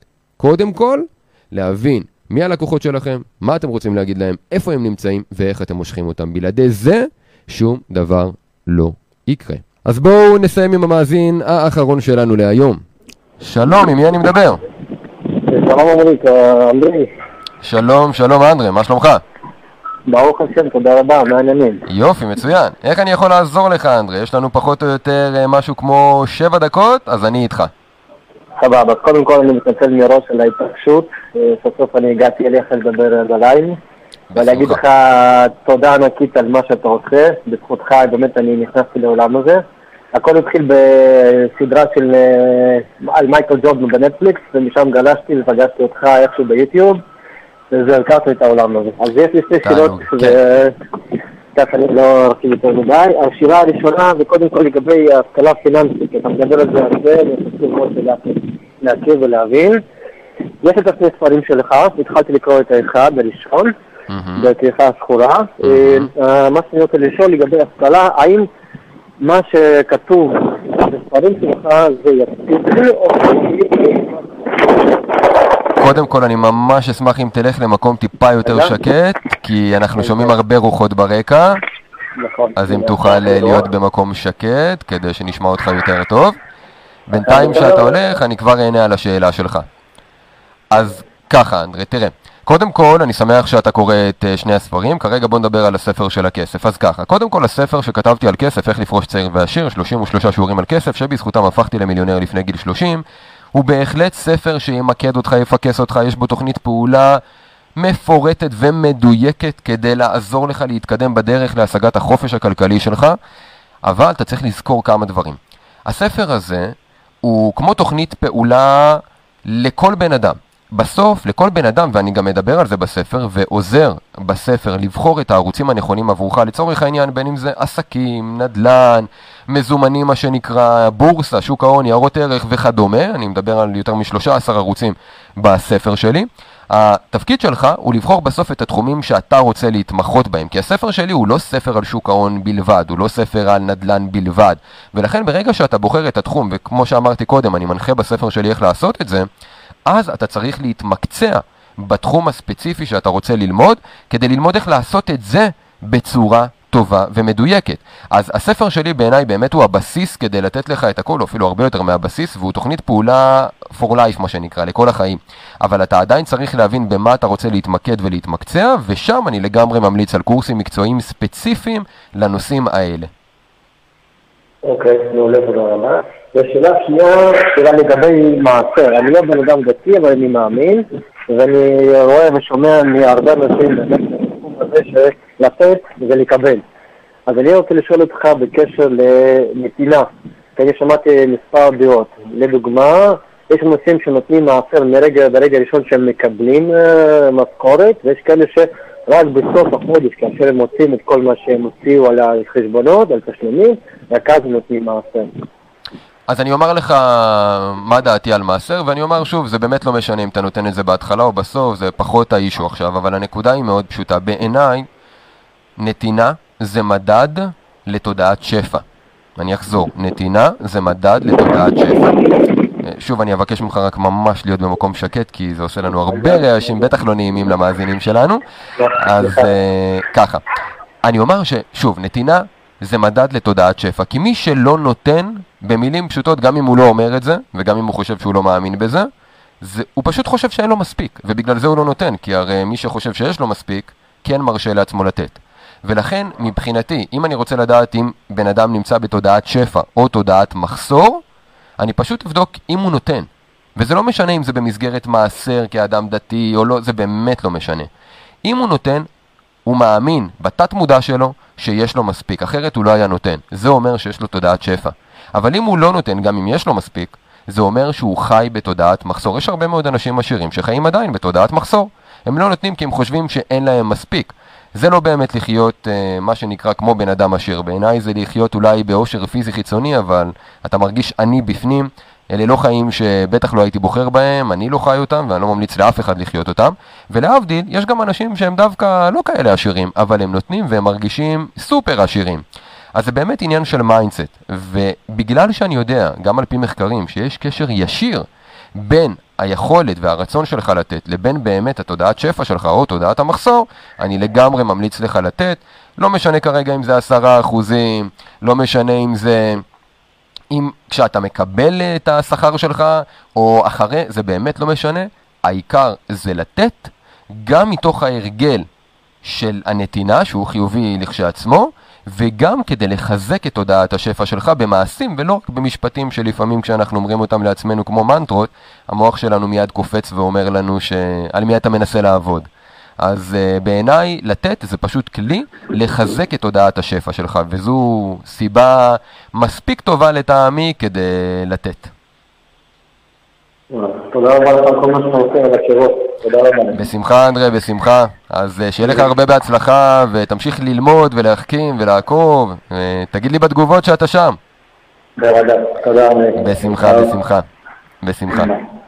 קודם כל, להבין מי הלקוחות שלכם, מה אתם רוצים להגיד להם, איפה הם נמצאים ואיך אתם מושכים אותם. בלעדי זה, שום דבר לא יקרה. אז בואו נסיים עם המאזין האחרון שלנו להיום. שלום, עם מי אני מדבר? שלום עמריק, אנדרי. שלום, שלום אנדרי, מה שלומך? ברוך השם, תודה רבה, מה העניינים? יופי, מצוין. איך אני יכול לעזור לך אנדרי? יש לנו פחות או יותר משהו כמו שבע דקות, אז אני איתך. סבבה, אז קודם כל אני מתנצל מראש על ההתרגשות, סוף סוף אני הגעתי אליך לדבר על הלייב, ולהגיד לך תודה ענקית על מה שאתה עושה, בזכותך באמת אני נכנסתי לעולם הזה. הכל התחיל בסדרה של על מייקל ג'ורדן בנטפליקס, ומשם גלשתי ופגשתי אותך איכשהו ביוטיוב, וזה הכרתי את העולם הזה. אז יש לי שתי שאלות, וכך אני לא ארחיב יותר מדי. השאלה הראשונה זה קודם כל לגבי ההשכלה הפיננסית, אתה מדבר על זה הרבה, וחשוב מאוד להכיר ולהבין. יש את השני ספרים שלך, התחלתי לקרוא את האחד הראשון, בכריכה השחורה. מה שאני רוצה לשאול לגבי השכלה, האם מה שכתוב בספרים שלך זה יפתיע או קודם כל אני ממש אשמח אם תלך למקום טיפה יותר שקט, כי אנחנו שומעים הרבה רוחות ברקע, אז אם תוכל להיות במקום שקט כדי שנשמע אותך יותר טוב. בינתיים שאתה הולך אני כבר אענה על השאלה שלך. אז ככה אנדרי, תראה, קודם כל אני שמח שאתה קורא את שני הספרים, כרגע בוא נדבר על הספר של הכסף. אז ככה, קודם כל הספר שכתבתי על כסף, איך לפרוש צעיר ועשיר, שלושים ושלושה שיעורים על כסף, שבזכותם הפכתי למיליונר לפני גיל שלושים, הוא בהחלט ספר שימקד אותך, יפקס אותך, יש בו תוכנית פעולה מפורטת ומדויקת כדי לעזור לך להתקדם בדרך להשגת החופש הכלכלי שלך, אבל אתה צריך לזכור כמה דברים. הספר הזה הוא כמו תוכנית פעולה לכל בן אדם. בסוף, לכל בן אדם, ואני גם מדבר על זה בספר, ועוזר בספר לבחור את הערוצים הנכונים עבורך, לצורך העניין, בין אם זה עסקים, נדל"ן, מזומנים, מה שנקרא, בורסה, שוק ההון, ניירות ערך וכדומה, אני מדבר על יותר מ-שלושה עשר ערוצים בספר שלי. התפקיד שלך הוא לבחור בסוף את התחומים שאתה רוצה להתמחות בהם, כי הספר שלי הוא לא ספר על שוק ההון בלבד, הוא לא ספר על נדל"ן בלבד, ולכן ברגע שאתה בוחר את התחום, וכמו שאמרתי קודם, אני מנחה בספר שלי איך לעשות את זה, אז אתה צריך להתמקצע בתחום הספציפי שאתה רוצה ללמוד, כדי ללמוד איך לעשות את זה בצורה טובה ומדויקת. אז הספר שלי בעיניי באמת הוא הבסיס כדי לתת לך את הכל, או אפילו הרבה יותר מהבסיס, והוא תוכנית פעולה for life, מה שנקרא, לכל החיים. אבל אתה עדיין צריך להבין במה אתה רוצה להתמקד ולהתמקצע, ושם אני לגמרי ממליץ על קורסים מקצועיים ספציפיים לנושאים האלה. אוקיי, מעולה, תודה רבה. והשאלה השנייה, שאלה לגבי מעשר. אני לא בן אדם דתי, אבל אני מאמין, ואני רואה ושומע מהרבה אנשים באמת בתחום הזה שלתת ולקבל. אז אני רוצה לשאול אותך בקשר לנתינה, כי אני שמעתי מספר דעות. לדוגמה, יש נושאים שנותנים מעשר מרגע ברגע הראשון שהם מקבלים משכורת, ויש כאלה שרק בסוף החודש, כאשר הם מוצאים את כל מה שהם הוציאו על החשבונות, על תשלומים, רק אז הם נותנים מעשר. אז אני אומר לך מה דעתי על מעשר, ואני אומר שוב, זה באמת לא משנה אם אתה נותן את זה בהתחלה או בסוף, זה פחות האישו עכשיו, אבל הנקודה היא מאוד פשוטה. בעיניי, נתינה זה מדד לתודעת שפע. אני אחזור, נתינה זה מדד לתודעת שפע. שוב, אני אבקש ממך רק ממש להיות במקום שקט, כי זה עושה לנו הרבה רעשים, בטח לא נעימים למאזינים שלנו. אז ככה, אני אומר ששוב, נתינה זה מדד לתודעת שפע, כי מי שלא נותן, במילים פשוטות, גם אם הוא לא אומר את זה, וגם אם הוא חושב שהוא לא מאמין בזה, זה, הוא פשוט חושב שאין לו מספיק, ובגלל זה הוא לא נותן, כי הרי מי שחושב שיש לו מספיק, כן מרשה לעצמו לתת. ולכן, מבחינתי, אם אני רוצה לדעת אם בן אדם נמצא בתודעת שפע או תודעת מחסור, אני פשוט אבדוק אם הוא נותן. וזה לא משנה אם זה במסגרת מעשר כאדם דתי או לא, זה באמת לא משנה. אם הוא נותן, הוא מאמין בתת מודע שלו שיש לו מספיק, אחרת הוא לא היה נותן. זה אומר שיש לו תודעת שפע. אבל אם הוא לא נותן, גם אם יש לו מספיק, זה אומר שהוא חי בתודעת מחסור. יש הרבה מאוד אנשים עשירים שחיים עדיין בתודעת מחסור. הם לא נותנים כי הם חושבים שאין להם מספיק. זה לא באמת לחיות אה, מה שנקרא כמו בן אדם עשיר. בעיניי זה לחיות אולי באושר פיזי חיצוני, אבל אתה מרגיש אני בפנים. אלה לא חיים שבטח לא הייתי בוחר בהם, אני לא חי אותם ואני לא ממליץ לאף אחד לחיות אותם. ולהבדיל, יש גם אנשים שהם דווקא לא כאלה עשירים, אבל הם נותנים והם מרגישים סופר עשירים. אז זה באמת עניין של מיינדסט, ובגלל שאני יודע, גם על פי מחקרים, שיש קשר ישיר בין היכולת והרצון שלך לתת לבין באמת התודעת שפע שלך או תודעת המחסור, אני לגמרי ממליץ לך לתת. לא משנה כרגע אם זה עשרה אחוזים, לא משנה אם זה אם כשאתה מקבל את השכר שלך או אחרי, זה באמת לא משנה. העיקר זה לתת גם מתוך ההרגל של הנתינה שהוא חיובי לכשעצמו, וגם כדי לחזק את תודעת השפע שלך במעשים ולא רק במשפטים שלפעמים כשאנחנו אומרים אותם לעצמנו כמו מנטרות, המוח שלנו מיד קופץ ואומר לנו שעל מי אתה מנסה לעבוד. אז uh, בעיניי לתת זה פשוט כלי לחזק את תודעת השפע שלך, וזו סיבה מספיק טובה לטעמי כדי לתת. תודה רבה לך על כל מה שאתה עושה על השירות. תודה רבה. בשמחה אנדרי, בשמחה. אז שיהיה לך הרבה בהצלחה, ותמשיך ללמוד ולהחכים ולעקוב. תגיד לי בתגובות שאתה שם. בוודאי, תודה רבה. בשמחה, בשמחה. בשמחה.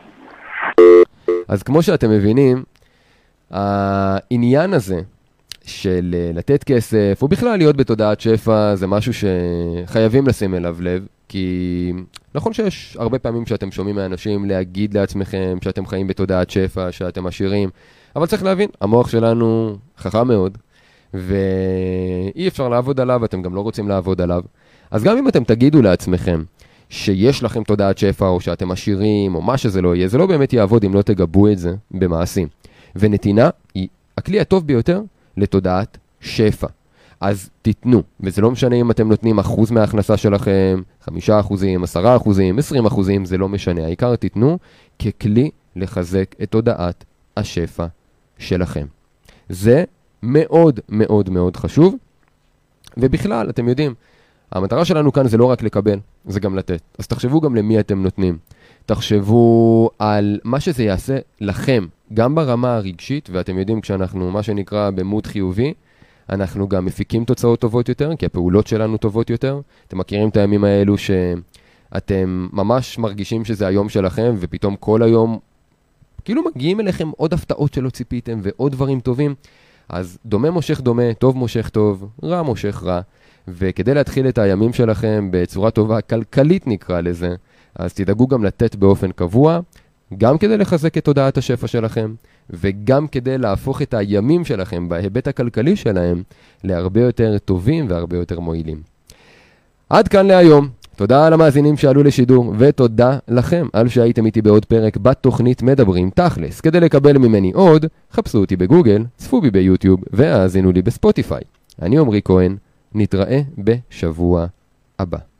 אז כמו שאתם מבינים, העניין הזה של לתת כסף, או בכלל להיות בתודעת שפע, זה משהו שחייבים לשים אליו לב, כי נכון שיש הרבה פעמים שאתם שומעים מאנשים להגיד לעצמכם שאתם חיים בתודעת שפע, שאתם עשירים, אבל צריך להבין, המוח שלנו חכם מאוד, ואי אפשר לעבוד עליו, אתם גם לא רוצים לעבוד עליו. אז גם אם אתם תגידו לעצמכם שיש לכם תודעת שפע, או שאתם עשירים, או מה שזה לא יהיה, זה לא באמת יעבוד אם לא תגבו את זה במעשים. ונתינה היא הכלי הטוב ביותר לתודעת שפע. אז תיתנו, וזה לא משנה אם אתם נותנים אחוז מההכנסה שלכם, חמישה אחוזים, עשרה אחוזים, עשרים אחוזים, זה לא משנה. העיקר תיתנו ככלי לחזק את תודעת השפע שלכם. זה מאוד מאוד מאוד חשוב, ובכלל, אתם יודעים, המטרה שלנו כאן זה לא רק לקבל, זה גם לתת. אז תחשבו גם למי אתם נותנים. תחשבו על מה שזה יעשה לכם, גם ברמה הרגשית, ואתם יודעים כשאנחנו, מה שנקרא, במוד חיובי, אנחנו גם מפיקים תוצאות טובות יותר, כי הפעולות שלנו טובות יותר. אתם מכירים את הימים האלו שאתם ממש מרגישים שזה היום שלכם, ופתאום כל היום, כאילו מגיעים אליכם עוד הפתעות שלא ציפיתם, ועוד דברים טובים. אז דומה מושך דומה, טוב מושך טוב, רע מושך רע. וכדי להתחיל את הימים שלכם בצורה טובה, כלכלית נקרא לזה, אז תדאגו גם לתת באופן קבוע, גם כדי לחזק את תודעת השפע שלכם, וגם כדי להפוך את הימים שלכם בהיבט הכלכלי שלהם להרבה יותר טובים והרבה יותר מועילים. עד כאן להיום. תודה על המאזינים שעלו לשידור, ותודה לכם על שהייתם איתי בעוד פרק בתוכנית מדברים תכלס. כדי לקבל ממני עוד, חפשו אותי בגוגל, צפו בי ביוטיוב, והאזינו לי בספוטיפיי. אני עומרי כהן, נתראה בשבוע הבא.